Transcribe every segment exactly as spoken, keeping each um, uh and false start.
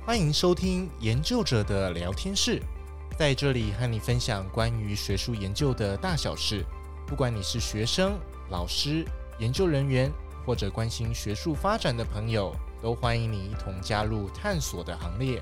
欢迎收听研究者的聊天室，在这里和你分享关于学术研究的大小事，不管你是学生、老师、研究人员，或者关心学术发展的朋友，都欢迎你一同加入探索的行列。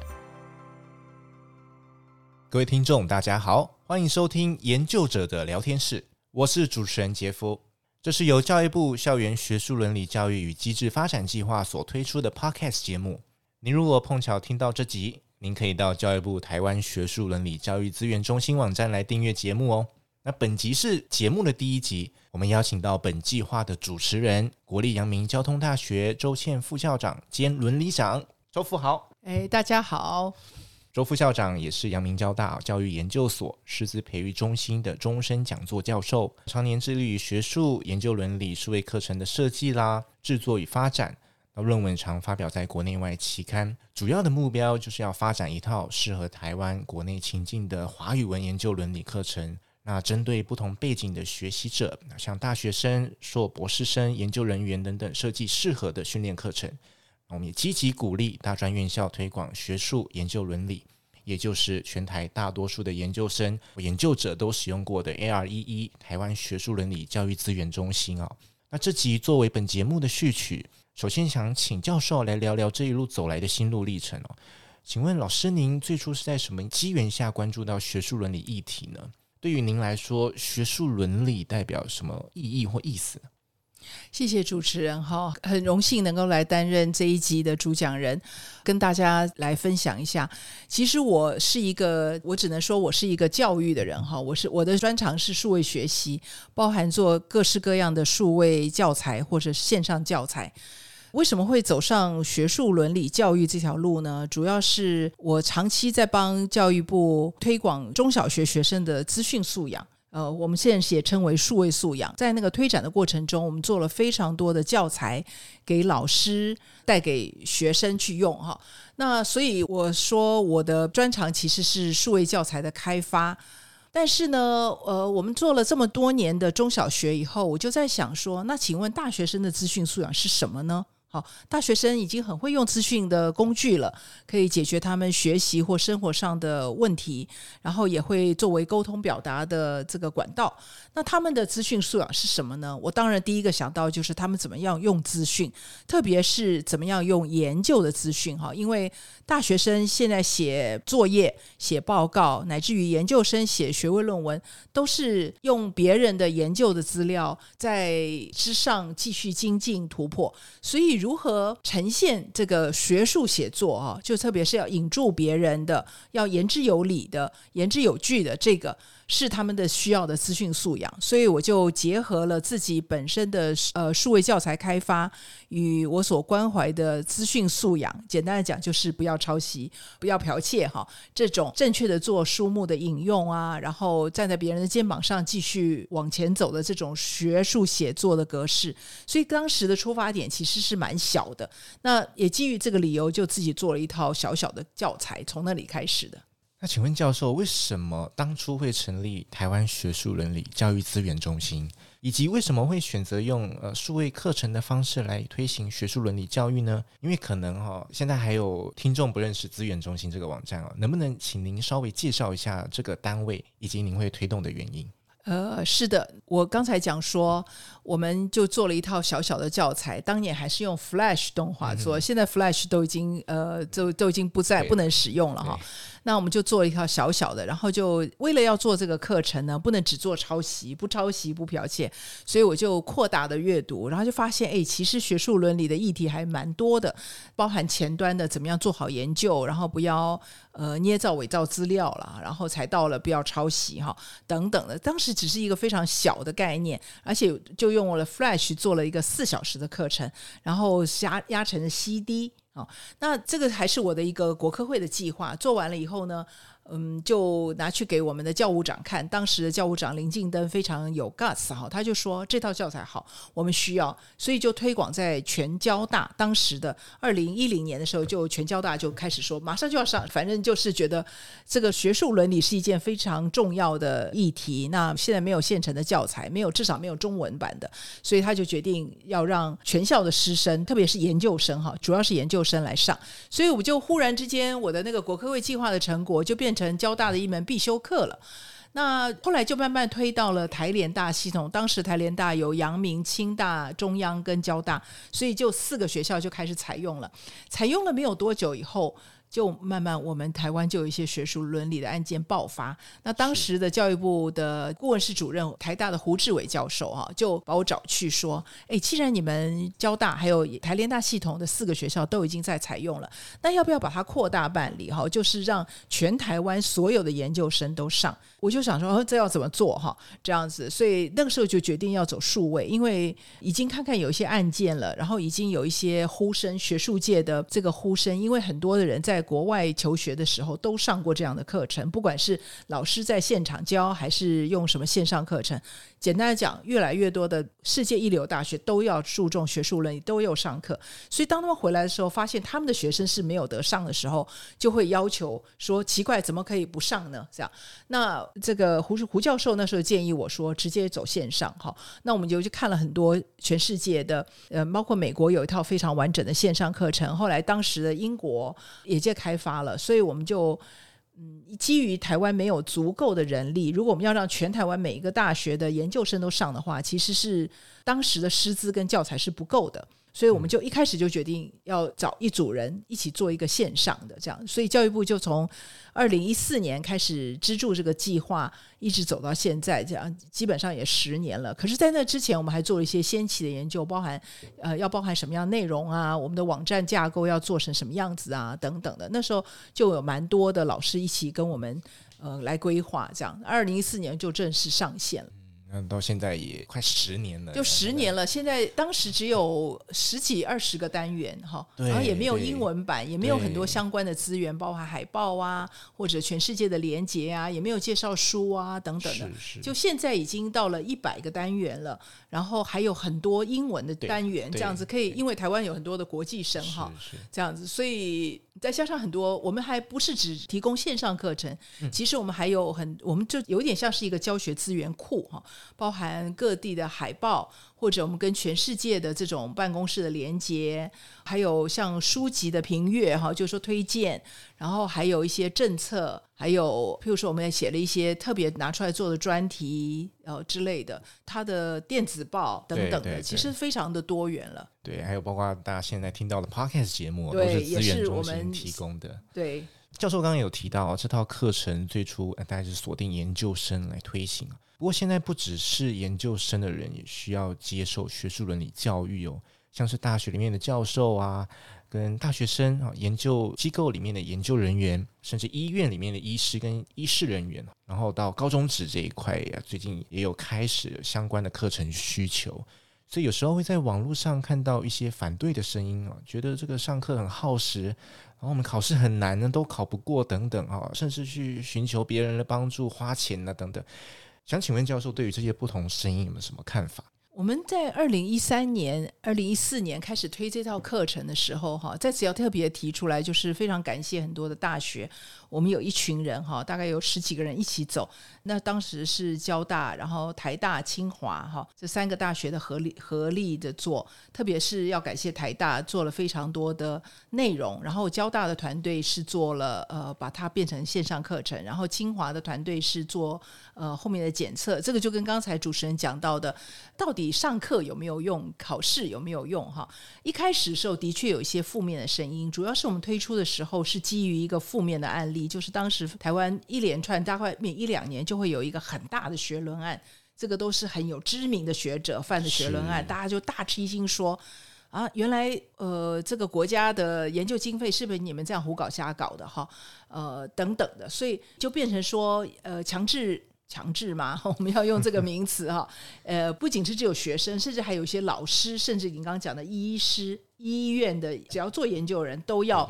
各位听众大家好，欢迎收听研究者的聊天室，我是主持人杰夫。这是由教育部校园学术伦理教育与机制发展计划所推出的 Podcast 节目。您如果碰巧听到这集，您可以到教育部台湾学术伦理教育资源中心网站来订阅节目哦。那本集是节目的第一集，我们邀请到本计划的主持人，国立阳明交通大学周倩副校长兼伦理长周副好。 哎，大家好。 周副校长也是阳明交大教育研究所师资培育中心的终身讲座教授，常年致力于学术研究伦理数位课程的设计啦、制作与发展。论文常发表在国内外期刊，主要的目标就是要发展一套适合台湾国内情境的华语文研究伦理课程。那针对不同背景的学习者，像大学生、硕博士生、研究人员等等，设计适合的训练课程。我们也积极鼓励大专院校推广学术研究伦理，也就是全台大多数的研究生、研究者都使用过的 A R 一一 台湾学术伦理教育资源中心、哦、那这集作为本节目的序曲，首先想请教授来聊聊这一路走来的心路历程、哦、请问老师，您最初是在什么机缘下关注到学术伦理议题呢？对于您来说，学术伦理代表什么意义或意思呢？ 谢谢主持人，很荣幸能够来担任这一集的主讲人，跟大家来分享一下。其实我是一个，我只能说我是一个教育的人，我是我的专长是数位学习，包含做各式各样的数位教材或者线上教材。为什么会走上学术伦理教育这条路呢？主要是我长期在帮教育部推广中小学学生的资讯素养，呃，我们现在也称为数位素养。在那个推展的过程中，我们做了非常多的教材给老师带给学生去用哈。那所以我说我的专长其实是数位教材的开发。但是呢，呃，我们做了这么多年的中小学以后，我就在想说，那请问大学生的资讯素养是什么呢？好，大学生已经很会用资讯的工具了，可以解决他们学习或生活上的问题，然后也会作为沟通表达的这个管道。那他们的资讯素养是什么呢？我当然第一个想到就是他们怎么样用资讯，特别是怎么样用研究的资讯。因为大学生现在写作业、写报告，乃至于研究生写学位论文，都是用别人的研究的资料在之上继续精进突破。所以如何呈现这个学术写作，就特别是要引注别人的，要言之有理的、言之有据的，这个是他们的需要的资讯素养。所以我就结合了自己本身的呃数位教材开发与我所关怀的资讯素养，简单的讲就是不要抄袭、不要剽窃哈，这种正确的做书目的引用啊，然后站在别人的肩膀上继续往前走的这种学术写作的格式。所以当时的出发点其实是蛮小的，那也基于这个理由就自己做了一套小小的教材，从那里开始的。 那请问教授，为什么当初会成立台湾学术伦理教育资源中心，以及为什么会选择用呃数位课程的方式来推行学术伦理教育呢？因为可能哦，现在还有听众不认识资源中心这个网站哦，能不能请您稍微介绍一下这个单位以及您会推动的原因？ 呃，是的，我刚才讲说，我们就做了一套小小的教材，当年还是用 Flash 动画做，嗯、现在 Flash 都已经呃，都都已经不在不能使用了哈。那我们就做了一套小小的，然后就为了要做这个课程呢，不能只做抄袭，不抄袭不剽窃，所以我就扩大的阅读，然后就发现，哎，其实学术伦理的议题还蛮多的，包含前端的怎么样做好研究，然后不要呃捏造伪造资料啦，然后才到了不要抄袭哈等等的。当时只是一个非常小的概念，而且就用了 Flash 做了一个四小时的课程，然后压压成了 C D。哦、那这个还是我的一个国科会的计划，做完了以后呢， 嗯，就拿去给我们的教务长看，当时的教务长林敬登非常有 guts 哈，他就说这套教材好，我们需要，所以就推广在全交大。当时的二零一零年的时候，就全交大就开始说马上就要上，反正就是觉得这个学术伦理是一件非常重要的议题。那现在没有现成的教材，没有至少没有中文版的，所以他就决定要让全校的师生，特别是研究生哈，主要是研究生来上。所以我就忽然之间，我的那个国科会计划的成果就变成交大的一门必修课了。那后来就慢慢推到了台联大系统，当时台联大有阳明、清大、中央跟交大，所以就四个学校就开始采用了。采用了没有多久以后，就慢慢我们台湾就有一些学术伦理的案件爆发。那当时的教育部的顾问室主任台大的胡志伟教授、啊、就把我找去说，哎，既然你们交大还有台联大系统的四个学校都已经在采用了，那要不要把它扩大办理、啊、就是让全台湾所有的研究生都上。我就想说、哦、这要怎么做、啊、这样子，所以那个时候就决定要走数位，因为已经看看有一些案件了，然后已经有一些呼声，学术界的这个呼声，因为很多的人在国外求学的时候都上过这样的课程，不管是老师在现场教还是用什么线上课程。简单的讲，越来越多的世界一流大学都要注重学术伦理，都有上课，所以当他们回来的时候发现他们的学生是没有得上的时候，就会要求说奇怪怎么可以不上呢？这样，那这个 胡, 胡教授那时候建议我说直接走线上。那我们就去看了很多全世界的呃，包括美国有一套非常完整的线上课程，后来当时的英国也在开发了，所以我们就嗯，基于台湾没有足够的人力，如果我们要让全台湾每一个大学的研究生都上的话，其实是当时的师资跟教材是不够的，所以我们就一开始就决定要找一组人一起做一个线上的这样，所以教育部就从二零一四年开始资助这个计划，一直走到现在，这样基本上也十年了。可是在那之前我们还做了一些先期的研究，包含呃要包含什么样内容啊，我们的网站架构要做成什么样子啊等等的，那时候就有蛮多的老师一起跟我们呃来规划，这样二零一四年就正式上线了。 那到现在也快十年了， 就十年了。现在当时只有十几二十个单元哈，然后也没有英文版，也没有很多相关的资源，包含海报啊，或者全世界的连结啊，也没有介绍书啊等等的。 是是就现在已经到了一百个单元了，然后还有很多英文的单元，这样子可以，因为台湾有很多的国际生哈，这样子，所以再加上很多，我们还不是只提供线上课程，嗯、其实我们还有很，我们就有点像是一个教学资源库哈。包含各地的海报，或者我们跟全世界的这种办公室的连结，还有像书籍的评阅哈，就是说推荐，然后还有一些政策，还有譬如说我们也写了一些特别拿出来做的专题呃之类的，它的电子报等等的，对对对，其实非常的多元了。 对，还有包括大家现在听到的 podcast 节目都是资源中心提供的。 对， 教授刚刚有提到这套课程最初大概是锁定研究生来推行，不过现在不只是研究生的人也需要接受学术伦理教育哦，像是大学里面的教授啊，跟大学生、研究机构里面的研究人员，甚至医院里面的医师跟医事人员，然后到高中职这一块最近也有开始相关的课程需求，所以有时候会在网络上看到一些反对的声音，觉得这个上课很耗时，然后我们考试很难都考不过等等，甚至去寻求别人的帮助花钱等等。想请问教授对于这些不同声音有没有什么看法？ 我们在二零一三年、二零一四年开始推这套课程的时候，在此要特别提出来，就是非常感谢很多的大学，我们有一群人大概有十几个人一起走。那当时是交大，然后台大、清华这三个大学的合力合力的做，特别是要感谢台大做了非常多的内容，然后交大的团队是做了呃把它变成线上课程，然后清华的团队是做呃后面的检测。这个就跟刚才主持人讲到的，到底上课有没有用，考试有没有用哈？一开始的时候的确有一些负面的声音，主要是我们推出的时候是基于一个负面的案例，就是当时台湾一连串大概每一两年就会有一个很大的学伦案，这个都是很有知名的学者犯的学伦案，大家就大吃一惊说啊，原来呃这个国家的研究经费是不是你们这样胡搞瞎搞的哈？呃等等的，所以就变成说呃强制。强制嘛，我们要用这个名词哈，呃，不仅是只有学生，甚至还有一些老师，甚至你刚刚讲的医师、医院的，只要做研究的人都要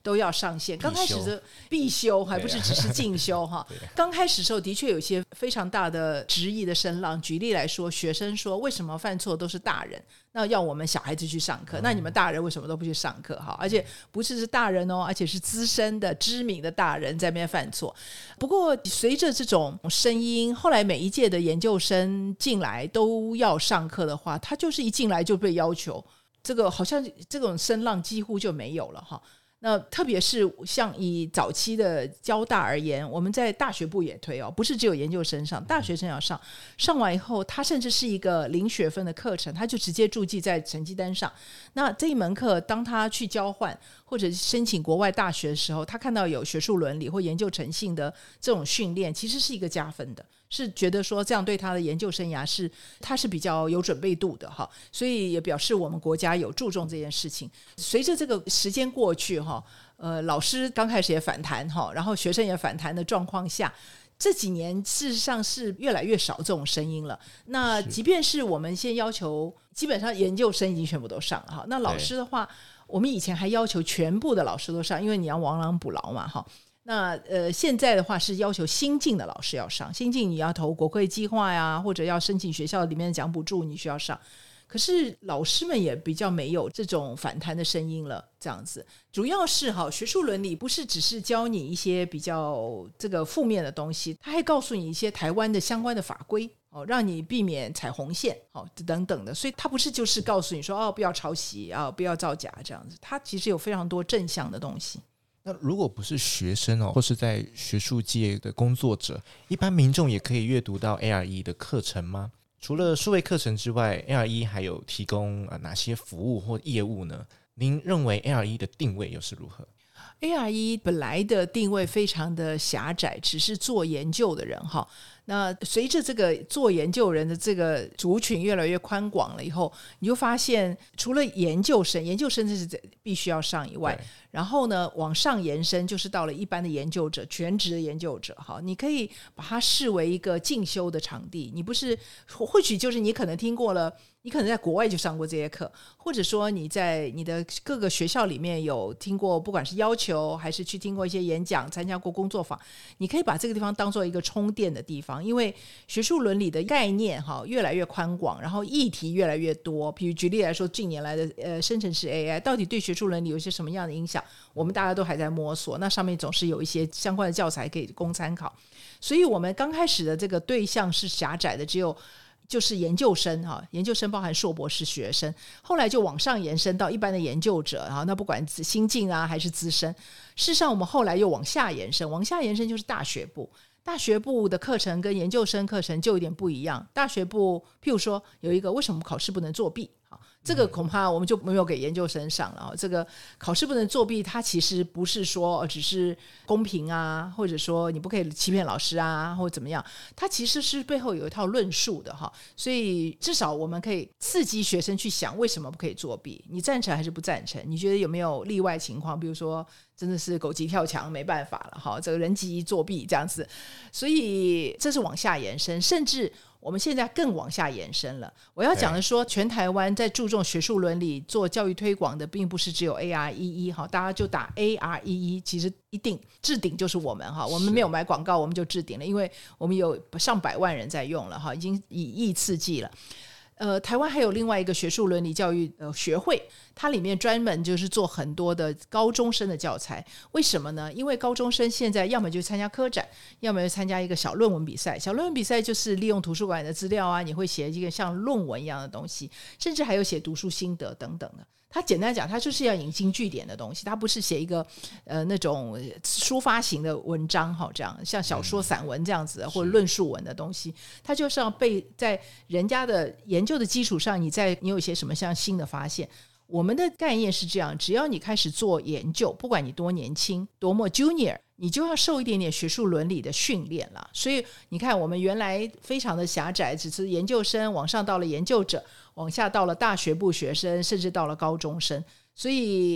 都要上线。刚开始的必修还不是只是进修哈。刚开始的时候的确有一些非常大的质疑的声浪。举例来说，学生说为什么犯错都是大人，那要我们小孩子去上课，那你们大人为什么都不去上课哈？而且不是是大人哦，而且是资深的知名的大人在那边犯错。不过随着这种声音，后来每一届的研究生进来都要上课的话，他就是一进来就被要求，这个好像这种声浪几乎就没有了哈。那特别是像以早期的交大而言，我们在大学部也推哦，不是只有研究生上，大学生要上，上完以后他甚至是一个零学分的课程，他就直接注记在成绩单上。那这一门课当他去交换或者申请国外大学的时候，他看到有学术伦理或研究诚信的这种训练，其实是一个加分的，是觉得说这样对他的研究生涯是他是比较有准备度的哈，所以也表示我们国家有注重这件事情。随着这个时间过去哈，呃，老师刚开始也反弹哈，然后学生也反弹的状况下，这几年事实上是越来越少这种声音了。那即便是我们现在要求基本上研究生已经全部都上了哈，那老师的话我们以前还要求全部的老师都上，因为你要亡羊补牢嘛哈。那呃，现在的话是要求新进的老师要上，新进你要投国科计划呀，或者要申请学校里面的奖补助，你需要上。可是老师们也比较没有这种反弹的声音了，这样子。主要是哈，学术伦理不是只是教你一些比较这个负面的东西，他还告诉你一些台湾的相关的法规哦，让你避免踩红线哦等等的。所以他不是就是告诉你说哦不要抄袭啊，不要造假这样子，他其实有非常多正向的东西。 那如果不是学生哦，或是在学术界的工作者，一般民众也可以阅读到 A R E 的课程吗？除了数位课程之外 ，A R E 还有提供、呃、哪些服务或业务呢？您认为 A R E 的定位又是如何 ？A R E 本来的定位非常的狭窄，只是做研究的人哈。那随着这个做研究人的这个族群越来越宽广了以后，你就发现除了研究生，研究生是必须要上以外，然后呢往上延伸就是到了一般的研究者，全职的研究者哈，你可以把它视为一个进修的场地。你不是或许就是你可能听过了，你可能在国外就上过这些课，或者说你在你的各个学校里面有听过，不管是要求还是去听过一些演讲，参加过工作坊，你可以把这个地方当做一个充电的地方。因为学术伦理的概念哈越来越宽广，然后议题越来越多。比如举例来说，近年来的呃生成式 A I 到底对学术伦理有些什么样的影响，我们大家都还在摸索。那上面总是有一些相关的教材可以供参考。所以我们刚开始的这个对象是狭窄的，只有就是研究生哈，研究生包含硕博士学生，后来就往上延伸到一般的研究者哈，那不管新进啊还是资深，事实上我们后来又往下延伸，往下延伸就是大学部。大学部的课程跟研究生课程就有点不一样。大学部譬如说有一个为什么考试不能作弊，这个恐怕我们就没有给研究生上了。这个考试不能作弊，它其实不是说只是公平啊，或者说你不可以欺骗老师啊，或者怎么样，它其实是背后有一套论述的哈。所以至少我们可以刺激学生去想为什么不可以作弊，你赞成还是不赞成？你觉得有没有例外情况？比如说真的是狗急跳墙没办法了哈，这个人急作弊这样子。所以这是往下延伸，甚至我们现在更往下延伸了。我要讲的说，全台湾在注重学术伦理做教育推广的并不是只有 A R E E 哈，大家就打 A R E E， 其实一定置顶就是我们哈，我们没有买广告我们就置顶了，因为我们有上百万人在用了哈，已经以亿次计了。呃，台湾还有另外一个学术伦理教育呃学会，它里面专门就是做很多的高中生的教材。为什么呢？因为高中生现在要么就参加科展，要么就参加一个小论文比赛。小论文比赛就是利用图书馆的资料啊，你会写一个像论文一样的东西，甚至还有写读书心得等等的。它简单讲，它就是要引经据典的东西，它不是写一个呃那种抒发型的文章哈，这样像小说、散文这样子的，或者论述文的东西，它就是要被在人家的研究的基础上，你在你有一些什么像新的发现。我们的概念是这样，只要你开始做研究，不管你多年轻多么 junior， 你就要受一点点学术伦理的训练了。所以你看我们原来非常的狭窄，只是研究生，往上到了研究者，往下到了大学部学生，甚至到了高中生。所以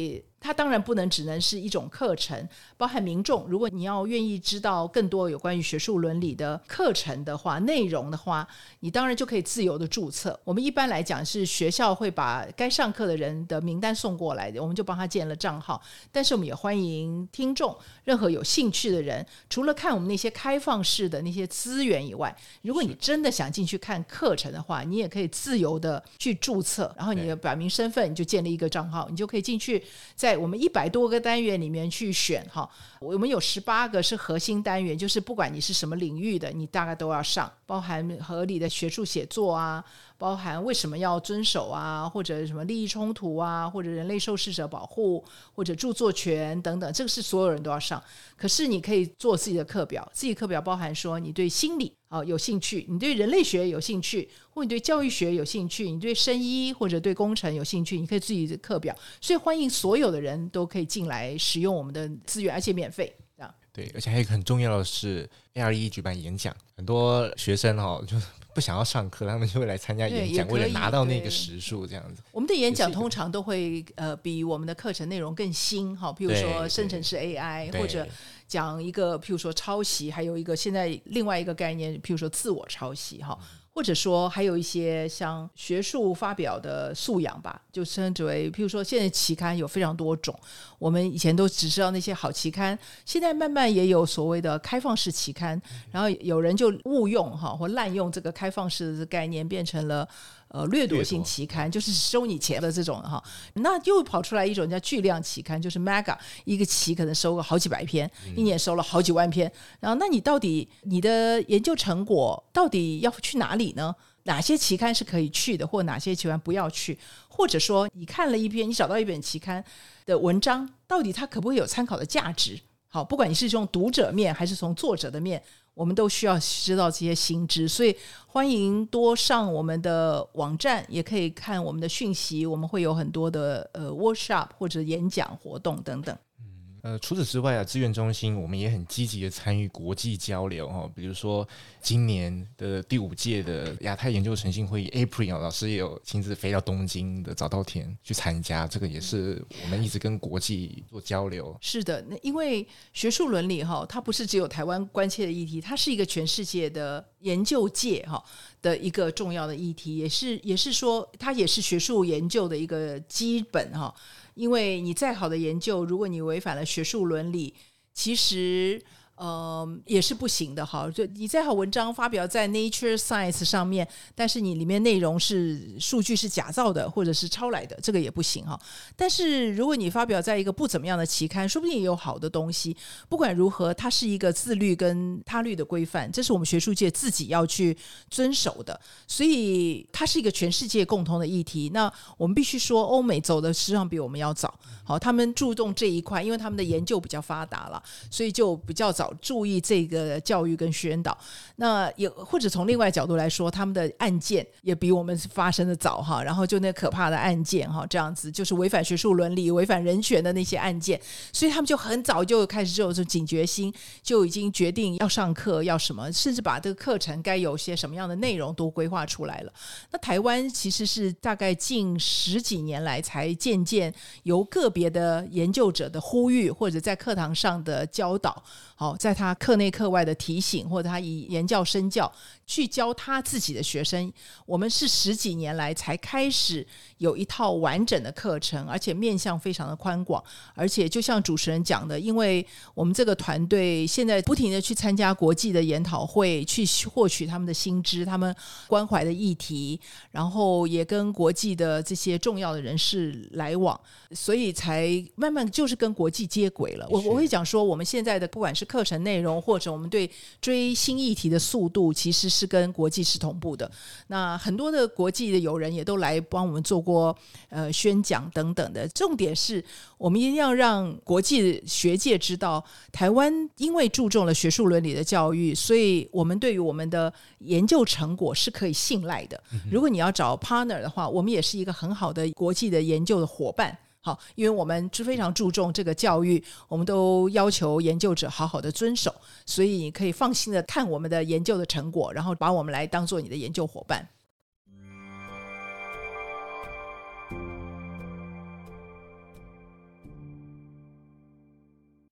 它当然不能只能是一种课程，包含民众，如果你要愿意知道更多有关于学术伦理的课程的话，内容的话，你当然就可以自由的注册。我们一般来讲是学校会把该上课的人的名单送过来的，我们就帮他建了账号。但是我们也欢迎听众，任何有兴趣的人，除了看我们那些开放式的那些资源以外，如果你真的想进去看课程的话，你也可以自由的去注册，然后你摆明身份，你就建立一个账号，你就可以进去在我们一百多个单元里面去选哈。我们有十八个是核心单元，就是不管你是什么领域的，你大概都要上，包含合理的学术写作啊，包含为什么要遵守啊，或者什么利益冲突啊，或者人类受试者保护，或者著作权等等，这个是所有人都要上。可是你可以做自己的课表，自己课表包含说你对心理、哦、有兴趣，你对人类学有兴趣，或你对教育学有兴趣，你对生医或者对工程有兴趣，你可以自己的课表。所以欢迎所有的人都可以进来使用我们的资源，而且免费。 对，而且还有一个很重要的是 A R E 举办演讲，很多学生、哦、就不想要上课，他们就会来参加演讲，为了拿到那个时数这样子。 我们的演讲通常都会呃比我们的课程内容更新，譬如说生成式 A I， 或者讲一个譬如说抄袭，还有一个现在另外一个概念，譬如说自我抄袭哈。或者说还有一些像学术发表的素养吧，就称之为譬如说现在期刊有非常多种，我们以前都只知道那些好期刊，现在慢慢也有所谓的开放式期刊，然后有人就误用哈或滥用这个开放式的概念，变成了呃掠夺性期刊，就是收你钱的这种哈。那又跑出来一种叫巨量期刊，就是 mega， 一个期可能收个好几百篇，一年收了好几万篇，然后那你到底你的研究成果到底要去哪里呢？哪些期刊是可以去的，或哪些期刊不要去？或者说你看了一篇，你找到一本期刊的文章，到底它可不可以有参考的价值？好，不管你是从读者面还是从作者的面，我们都需要知道这些新知，所以欢迎多上我们的网站，也可以看我们的讯息，我们会有很多的呃 workshop 或者演讲活动等等。 呃，除此之外啊，资源中心我们也很积极的参与国际交流、哦、比如说今年的第五届的亚太研究诚信会议 April、哦、老师也有亲自飞到东京的早稻田去参加，这个也是我们一直跟国际做交流。 是的，因为学术伦理、哦、它不是只有台湾关切的议题，它是一个全世界的研究界、哦、的一个重要的议题，也是也是说它也是学术研究的一个基本、哦，因为你再好的研究，如果你违反了学术伦理，其实呃也是不行的哈。就你再好文章发表在 Nature Science 上面，但是你里面内容是数据是假造的或者是抄来的，这个也不行哈。但是如果你发表在一个不怎么样的期刊，说不定也有好的东西。不管如何，它是一个自律跟他律的规范，这是我们学术界自己要去遵守的，所以它是一个全世界共同的议题。那我们必须说，欧美走的实际上比我们要早，好，他们注重这一块，因为他们的研究比较发达了，所以就比较早注意这个教育跟宣导。那也或者从另外角度来说，他们的案件也比我们发生的早哈，然后就那可怕的案件哈，这样子就是违反学术伦理、违反人权的那些案件，所以他们就很早就开始就有这警觉心，就已经决定要上课要什么，甚至把这个课程该有些什么样的内容都规划出来了。那台湾其实是大概近十几年来才渐渐由个别的研究者的呼吁，或者在课堂上的教导，好，在他课内课外的提醒，或者他以言教身教去教他自己的学生，我们是十几年来才开始有一套完整的课程，而且面向非常的宽广。而且就像主持人讲的，因为我们这个团队现在不停的去参加国际的研讨会，去获取他们的新知，他们关怀的议题，然后也跟国际的这些重要的人士来往，所以才慢慢就是跟国际接轨了。我我会讲说，我们现在的不管是课程内容，或者我们对追新议题的速度，其实是跟国际是同步的。那很多的国际的友人也都来帮我们做过呃宣讲等等的。重点是我们一定要让国际学界知道，台湾因为注重了学术伦理的教育，所以我们对于我们的研究成果是可以信赖的。如果你要找 partner 的话，我们也是一个很好的国际的研究的伙伴。好，因为我们是非常注重这个教育，我们都要求研究者好好的遵守，所以你可以放心的看我们的研究的成果，然后把我们来当做你的研究伙伴。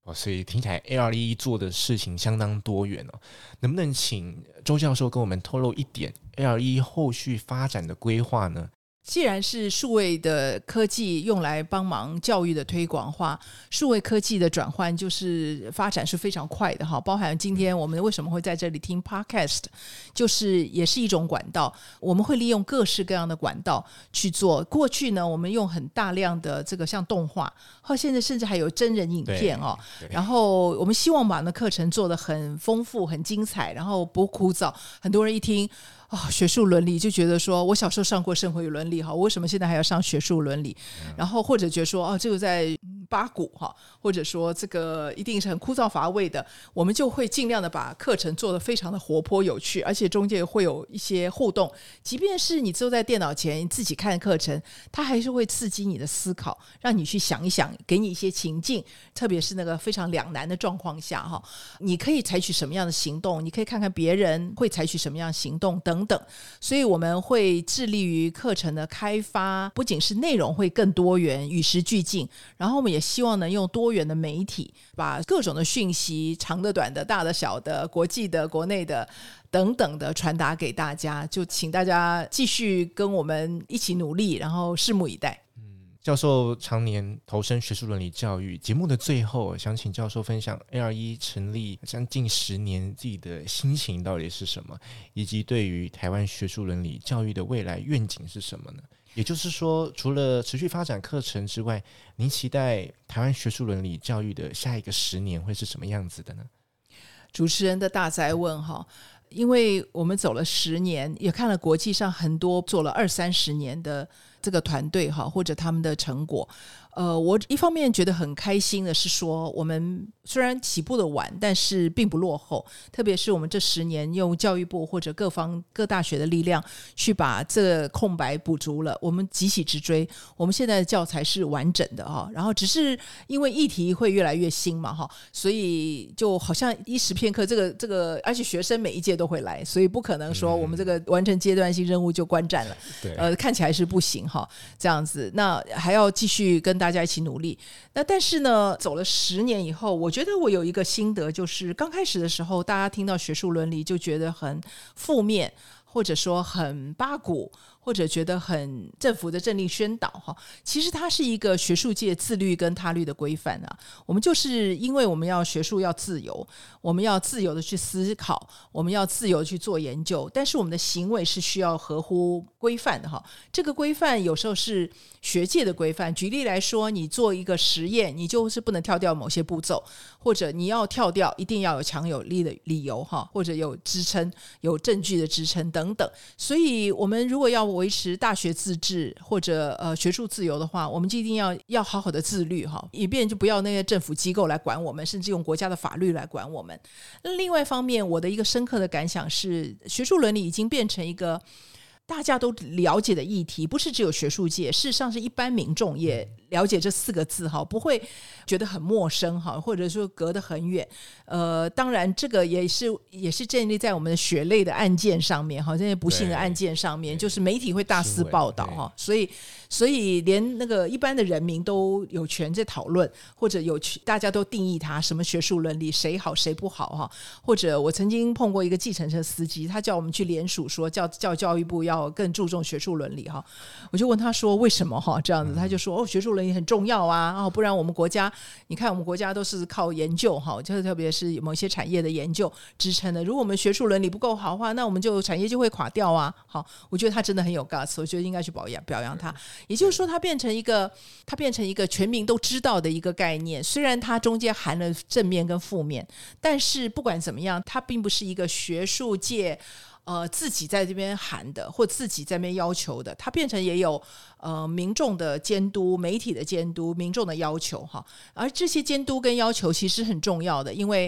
哦，所以听起来 A R E 做的事情相当多元哦。能不能请周教授跟我们透露一点 A R E 后续发展的规划呢？ 既然是数位的科技用来帮忙教育的推广化，数位科技的转换就是发展是非常快的哈。包含今天我们为什么会在这里听 podcast， 就是也是一种管道，我们会利用各式各样的管道去做。过去呢，我们用很大量的这个像动画，或现在甚至还有真人影片哦。然后我们希望把那课程做得很丰富、很精彩，然后不枯燥。很多人一听哦，学术伦理就觉得说，我小时候上过社会伦理哈，我为什么现在还要上学术伦理？嗯、然后或者觉得说，哦，这个在八股哈，或者说这个一定是很枯燥乏味的，我们就会尽量的把课程做得非常的活泼有趣，而且中间会有一些互动。即便是你坐在电脑前自己看课程，它还是会刺激你的思考，让你去想一想，给你一些情境，特别是那个非常两难的状况下哈，你可以采取什么样的行动？你可以看看别人会采取什么样的行动等等。所以我们会致力于课程的开发，不仅是内容会更多元与时俱进，然后我们也希望能用多元的媒体把各种的讯息，长的短的大的小的国际的国内的等等的传达给大家，就请大家继续跟我们一起努力，然后拭目以待。 教授常年投身学术伦理教育，节目的最后想请教授分享 A R E 成立将近十年自己的心情到底是什么，以及对于台湾学术伦理教育的未来愿景是什么呢？也就是说，除了持续发展课程之外，您期待台湾学术伦理教育的下一个十年会是什么样子的呢？ 主持人的大哉问哈，因为我们走了十年，也看了国际上很多做了二三十年的这个团队哈，或者他们的成果。呃，我一方面觉得很开心的是说，我们虽然起步的晚，但是并不落后。特别是我们这十年用教育部或者各方各大学的力量去把这个空白补足了，我们急起直追。我们现在的教材是完整的哈，然后只是因为议题会越来越新嘛哈，所以就好像一时片刻，这个这个，而且学生每一届都会来，所以不可能说我们这个完成阶段性任务就观战了。 对， 呃，看起来是不行哈，这样子，那还要继续跟大家一起努力。那但是呢，走了十年以后，我觉得我有一个心得，就是刚开始的时候，大家听到学术伦理就觉得很负面，或者说很八股，或者觉得很政府的政令宣导哈，其实它是一个学术界自律跟他律的规范啊。我们就是因为我们要学术要自由，我们要自由的去思考，我们要自由的去做研究，但是我们的行为是需要合乎规范的哈。这个规范有时候是学界的规范，举例来说，你做一个实验，你就是不能跳掉某些步骤，或者你要跳掉，一定要有强有力的理由哈，或者有支撑、有证据的支撑等等。所以，我们如果要维持大学自治或者呃学术自由的话，我们就一定要要好好的自律哈，以便就不要那些政府机构来管我们，甚至用国家的法律来管我们。那另外一方面，我的一个深刻的感想是，学术伦理已经变成一个大家都了解的议题，不是只有学术界，事实上是一般民众也了解这四个字哈，不会觉得很陌生哈，或者说隔得很远。呃，当然这个也是也是建立在我们的血泪的案件上面哈，这些不幸的案件上面，就是媒体会大肆报道哈，所以所以连那个一般的人民都有权在讨论，或者有大家都定义它什么学术伦理谁好谁不好哈。或者我曾经碰过一个计程车司机，他叫我们去联署说叫叫教育部要更注重学术伦理哈，我就问他说为什么哈这样子，他就说哦学术伦理很重要啊，哦不然我们国家你看我们国家都是靠研究哈，就是特别是某些产业的研究支撑的，如果我们学术伦理不够好的话，那我们就产业就会垮掉啊。好，我觉得他真的很有 guts， 我觉得应该去表扬表扬他。也就是说，它变成一个它变成一个全民都知道的一个概念，虽然它中间含了正面跟负面，但是不管怎么样，它并不是一个学术界呃，自己在这边喊的或自己在那边要求的，它变成也有呃民众的监督、媒体的监督、民众的要求哈。而这些监督跟要求其实很重要的，因为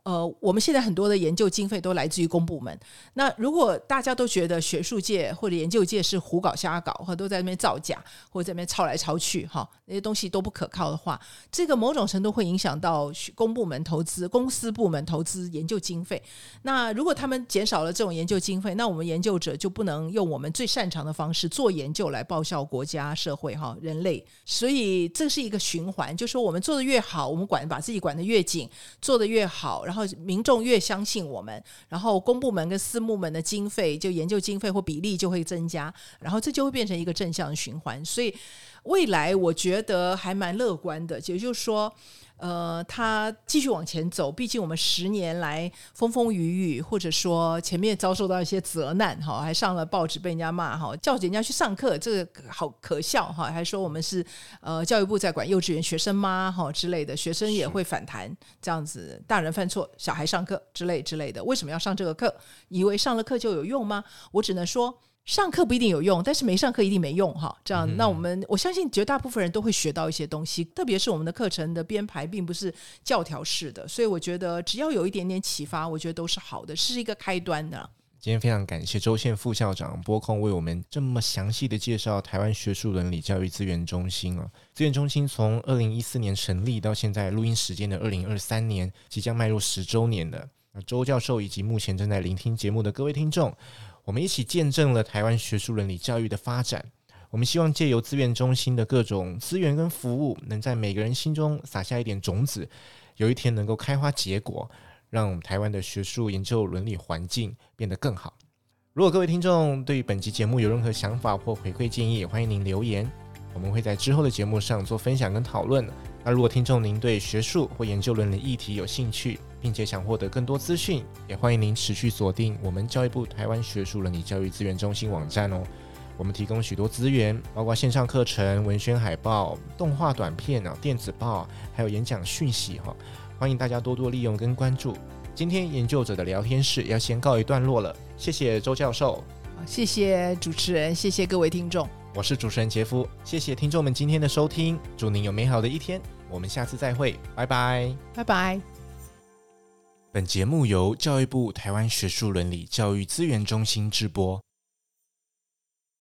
呃，我们现在很多的研究经费都来自于公部门。那如果大家都觉得学术界或者研究界是胡搞瞎搞，或者都在那边造假，或者在那边抄来抄去，哈，那些东西都不可靠的话，这个某种程度会影响到公部门投资、公司部门投资研究经费。那如果他们减少了这种研究经费，那我们研究者就不能用我们最擅长的方式做研究来报效国家、社会、哈人类。所以这是一个循环，就是说我们做得越好，我们管把自己管得越紧，做得越好，然后民众越相信我们，然后公部门跟私部门的经费，就研究经费或比例就会增加，然后这就会变成一个正向的循环。所以未来我觉得还蛮乐观的，也就是说呃，他继续往前走，毕竟我们十年来风风雨雨，或者说前面遭受到一些责难，还上了报纸被人家骂，叫人家去上课，这个好可笑，还说我们是呃教育部在管幼稚园学生吗之类的，学生也会反弹，这样子大人犯错小孩上课之类之类的，为什么要上这个课？以为上了课就有用吗？我只能说上课不一定有用，但是没上课一定没用哈。这样，那我们我相信绝大部分人都会学到一些东西，特别是我们的课程的编排并不是教条式的，所以我觉得只要有一点点启发，我觉得都是好的，是一个开端的。 今天非常感谢周宪副校长拨空为我们这么详细的介绍台湾学术伦理教育资源中心啊。资源中心从二零一四年成立到现在录音时间的二零二三年，即将迈入十周年了。周教授以及目前正在聆听节目的各位听众，我们一起见证了台湾学术伦理教育的发展。我们希望借由资源中心的各种资源跟服务，能在每个人心中撒下一点种子，有一天能够开花结果，让台湾的学术研究伦理环境变得更好。如果各位听众对于本集节目有任何想法或回馈建议，也欢迎您留言，我们会在之后的节目上做分享跟讨论。那如果听众您对学术或研究伦理议题有兴趣，并且想获得更多资讯，也欢迎您持续锁定我们教育部台湾学术伦理教育资源中心网站哦。我们提供许多资源，包括线上课程、文宣海报、动画短片、电子报，还有演讲讯息，欢迎大家多多利用跟关注。今天研究者的聊天室要先告一段落了，谢谢周教授， 谢谢主持人，谢谢各位听众， 我是主持人杰夫，谢谢听众们今天的收听，祝您有美好的一天，我们下次再会，拜拜， 拜拜。 本节目由教育部台湾学术伦理教育资源中心制播。